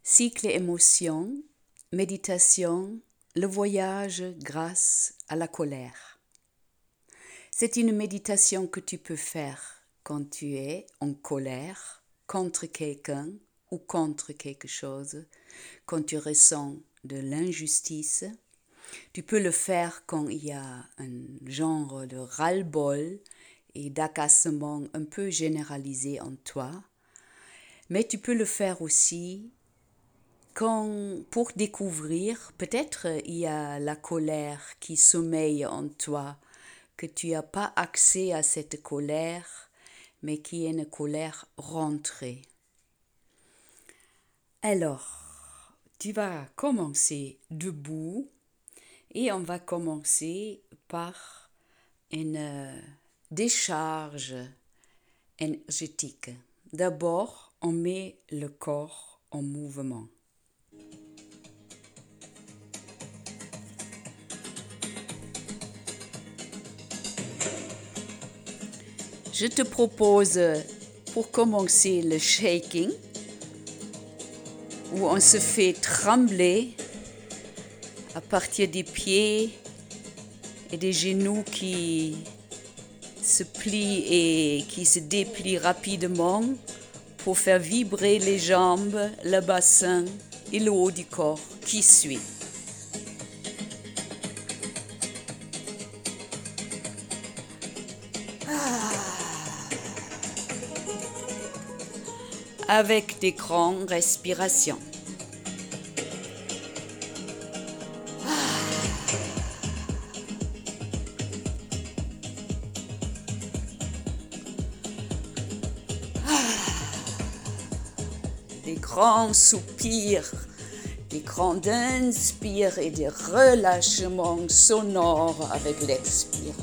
Cycle émotion, méditation, le voyage grâce à la colère. C'est une méditation que tu peux faire quand tu es en colère contre quelqu'un ou contre quelque chose, quand tu ressens de l'injustice. Tu peux le faire quand il y a un genre de ras-le-bol et d'agacement un peu généralisé en toi. Mais tu peux le faire aussi pour découvrir, peut-être il y a la colère qui sommeille en toi, que tu n'as pas accès à cette colère, mais qui est une colère rentrée. Alors, tu vas commencer debout et on va commencer par une décharge énergétique. D'abord, on met le corps en mouvement. Je te propose pour commencer le shaking, où on se fait trembler à partir des pieds et des genoux qui se plient et qui se déplient rapidement pour faire vibrer les jambes, le bassin et le haut du corps qui suit. Avec des grandes respirations. Des grands soupirs, des grands inspires et des relâchements sonores avec l'expire.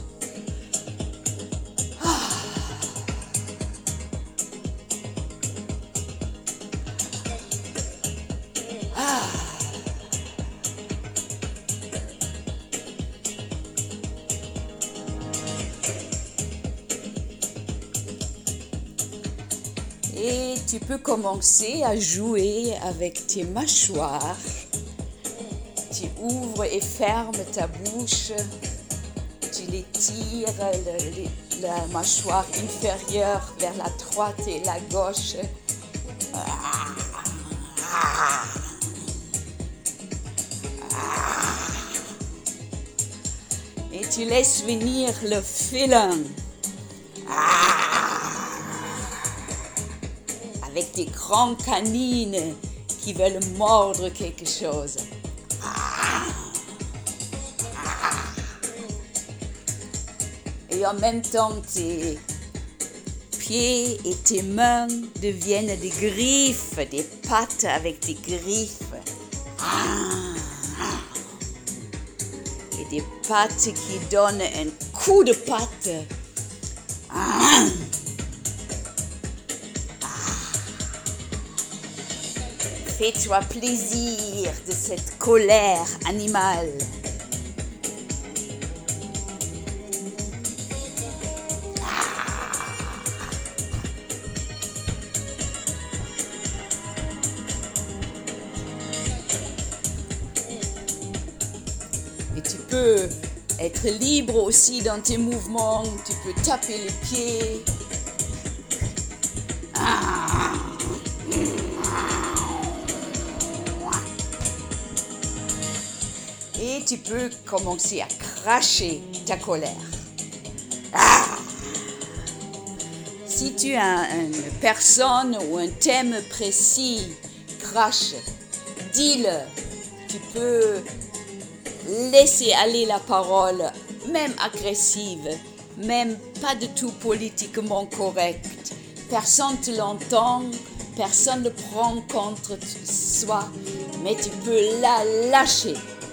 Et tu peux commencer à jouer avec tes mâchoires. Tu ouvres et fermes ta bouche. Tu les tires, la mâchoire inférieure vers la droite et la gauche. Et tu laisses venir le félin. Avec des grandes canines qui veulent mordre quelque chose. Et en même temps, tes pieds et tes mains deviennent des griffes, des pattes avec des griffes. Et des pattes qui donnent un coup de patte. Fais-toi plaisir de cette colère animale. Et tu peux être libre aussi dans tes mouvements. Tu peux taper les pieds. Et tu peux commencer à cracher ta colère. Si tu as une personne ou un thème précis, crache, dis-le. Tu peux laisser aller la parole, même agressive, même pas du tout politiquement correcte. Personne ne te l'entend, personne ne prend contre soi, mais tu peux la lâcher.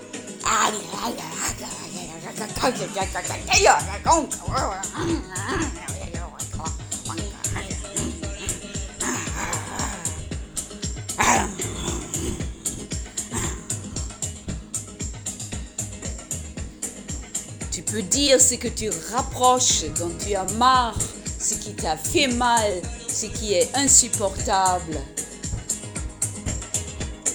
Tu peux dire ce que tu rapproches, dont tu as marre, ce qui t'a fait mal, ce qui est insupportable.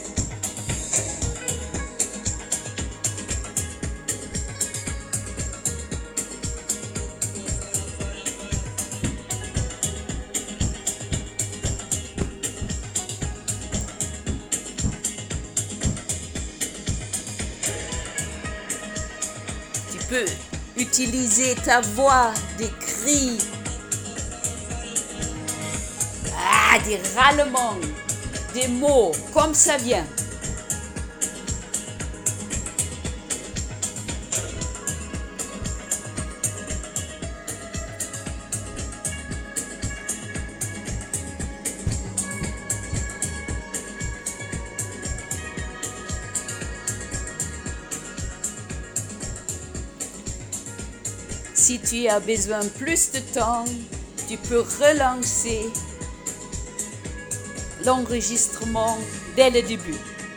peux utiliser ta voix, des cris, des râlements, des mots, comme ça vient. Si tu as besoin plus de temps, tu peux relancer l'enregistrement dès le début.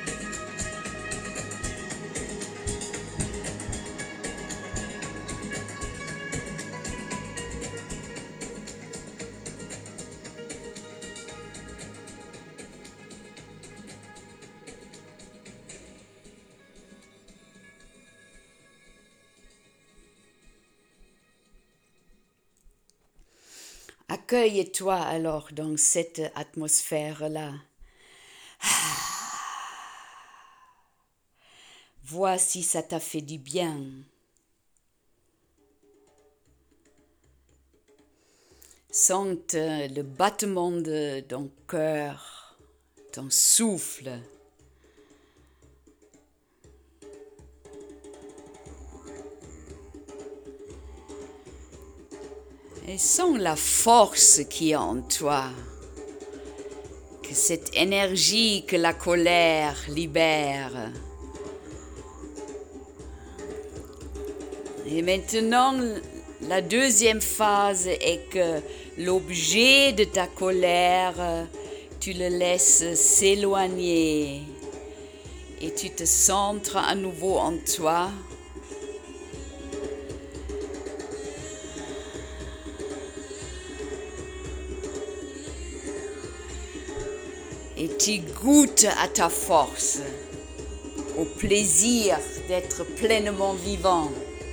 Accueille-toi alors dans cette atmosphère-là. Vois si ça t'a fait du bien. Sente le battement de ton cœur, ton souffle. Et sens la force qui est en toi, que cette énergie que la colère libère. Et maintenant, la deuxième phase est que l'objet de ta colère, tu le laisses s'éloigner et tu te centres à nouveau en toi. Et tu goûtes à ta force, au plaisir d'être pleinement vivant.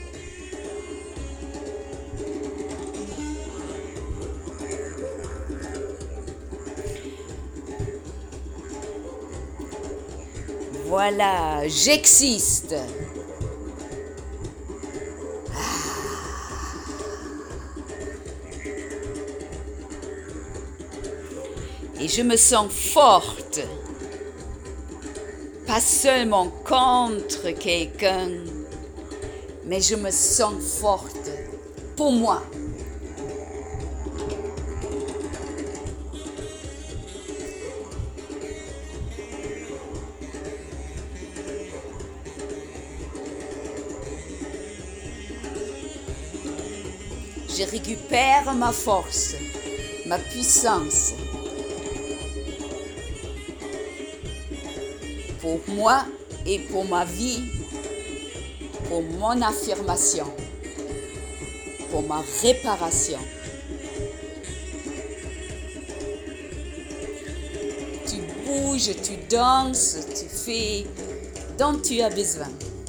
Voilà, j'existe. Et je me sens forte, pas seulement contre quelqu'un, mais je me sens forte pour moi. Je récupère ma force, ma puissance. Pour moi et pour ma vie, pour mon affirmation, pour ma réparation. Tu bouges, tu danses, tu fais dont tu as besoin.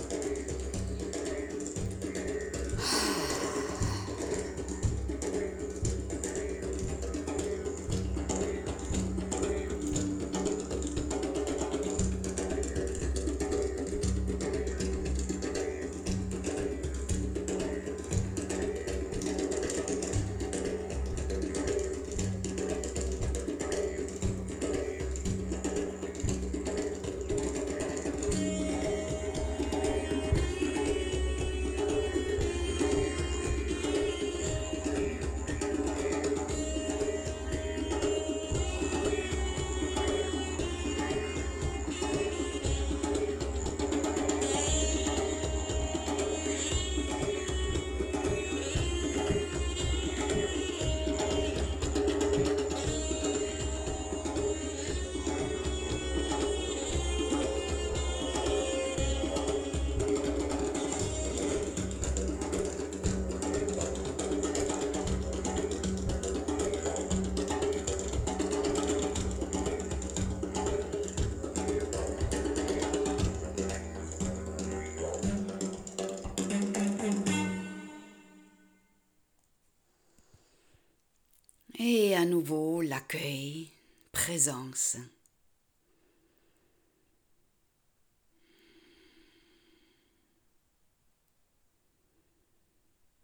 Et à nouveau, l'accueil, présence.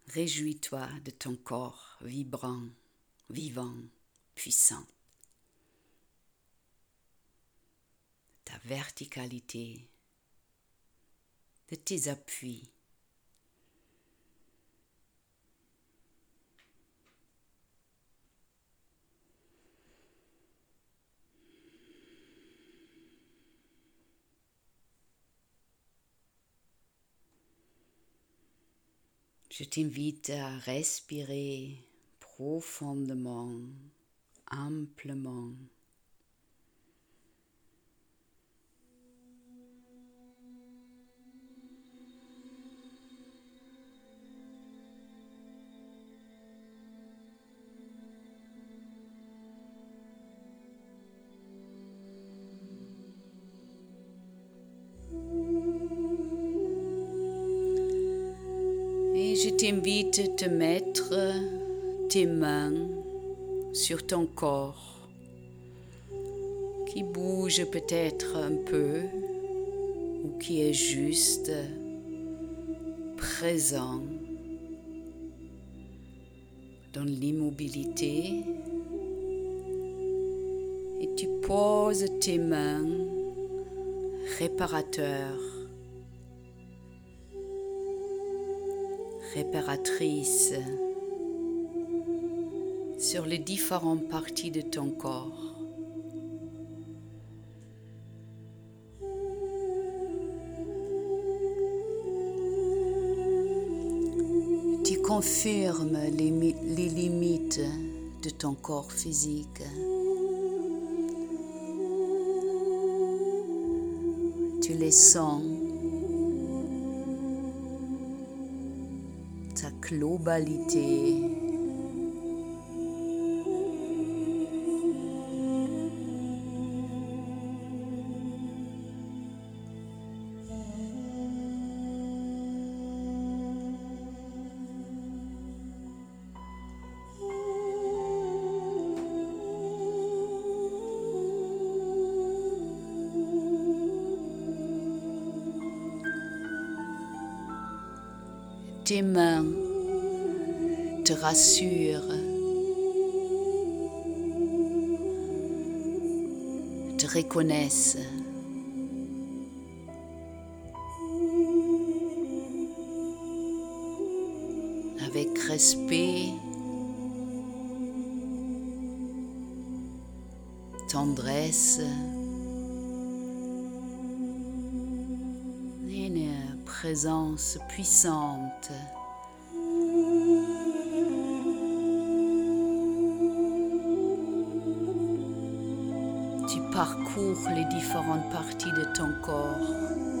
Réjouis-toi de ton corps vibrant, vivant, puissant. Ta verticalité, de tes appuis. Je t'invite à respirer profondément, amplement. Et je t'invite à te mettre tes mains sur ton corps qui bouge peut-être un peu ou qui est juste présent dans l'immobilité. Et tu poses tes mains réparatrices sur les différentes parties de ton corps. Tu confirmes les limites de ton corps physique. Tu les sens. Ta globalité. Tes mains te rassurent, te reconnaissent. Avec respect, tendresse, une présence puissante. Tu parcours les différentes parties de ton corps.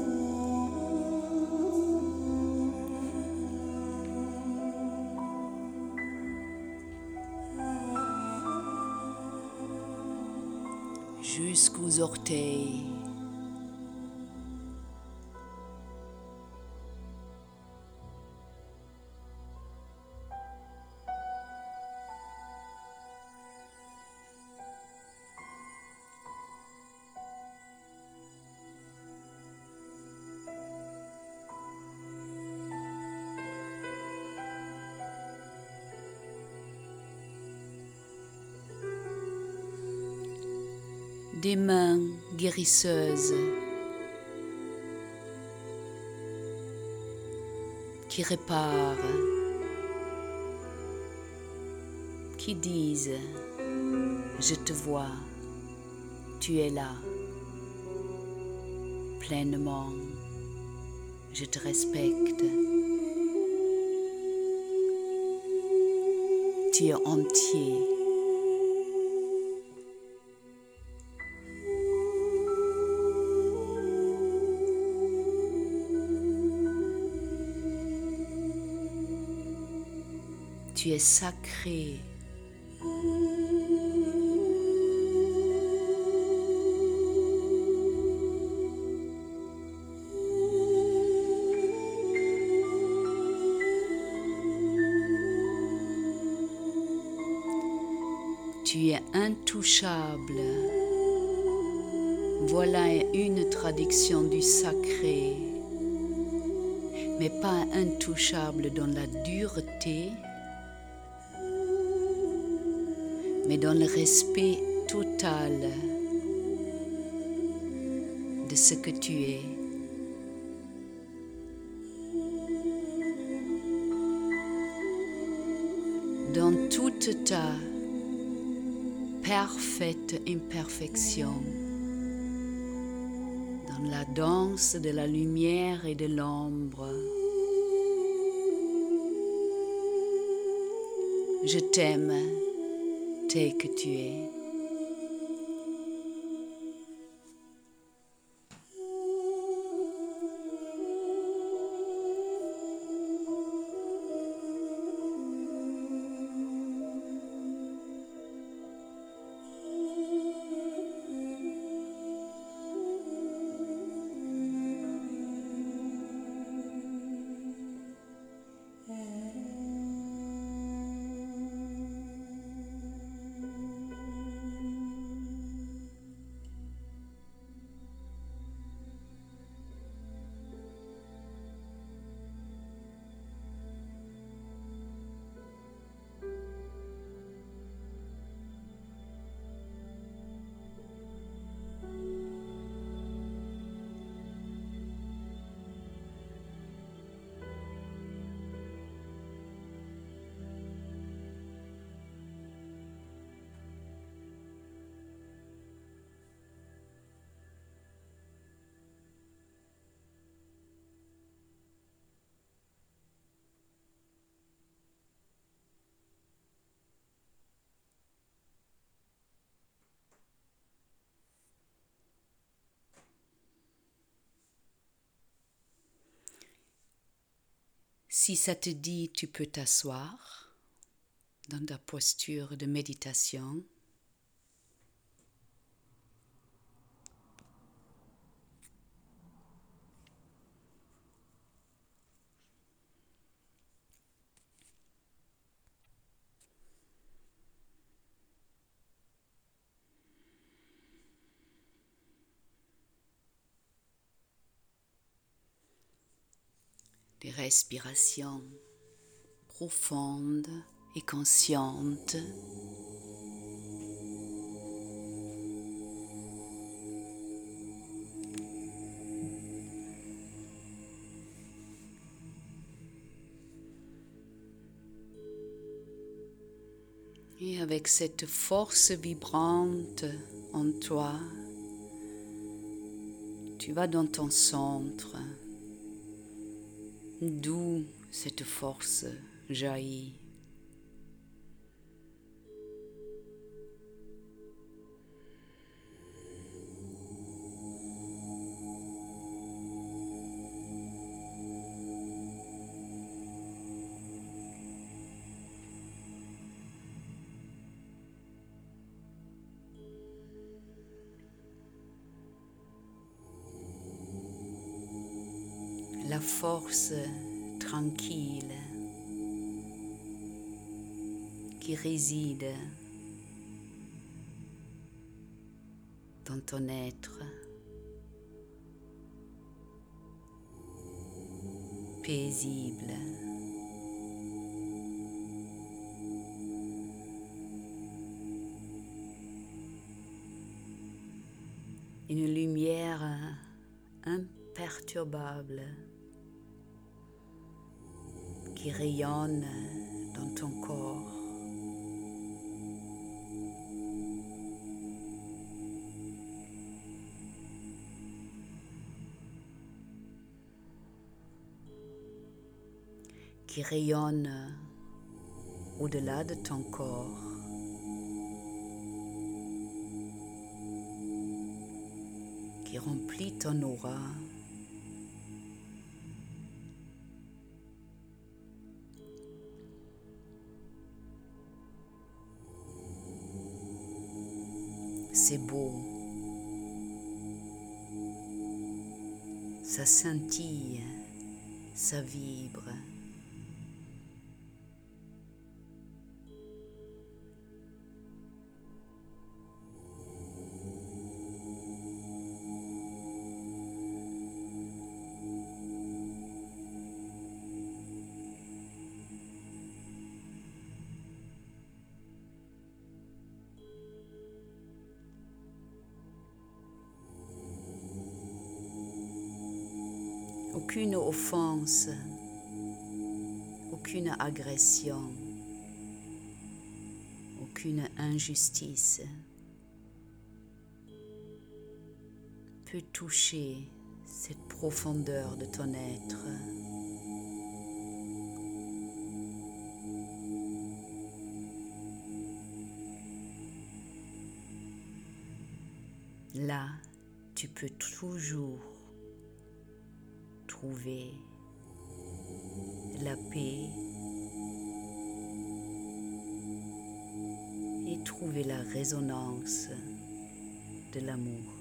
Jusqu'aux orteils. Des mains guérisseuses qui réparent, qui disent « Je te vois, tu es là, pleinement, je te respecte, tu es entier. » Tu es sacré. Tu es intouchable. Voilà une traduction du sacré. mais pas intouchable dans la dureté, mais dans le respect total de ce que tu es. Dans toute ta parfaite imperfection, dans la danse de la lumière et de l'ombre, je t'aime tel que tu es. Si ça te dit, tu peux t'asseoir dans ta posture de méditation. Des respirations profondes et conscientes. Et avec cette force vibrante en toi, tu vas dans ton centre, d'où cette force jaillit. La force tranquille qui réside dans ton être, paisible. Une lumière imperturbable qui rayonne dans ton corps. Qui rayonne au-delà de ton corps. Qui remplit ton aura. C'est beau. Ça scintille, ça vibre. aucune offense, aucune agression, aucune injustice peut toucher cette profondeur de ton être. Là, tu peux toujours trouver la paix et trouver la résonance de l'amour.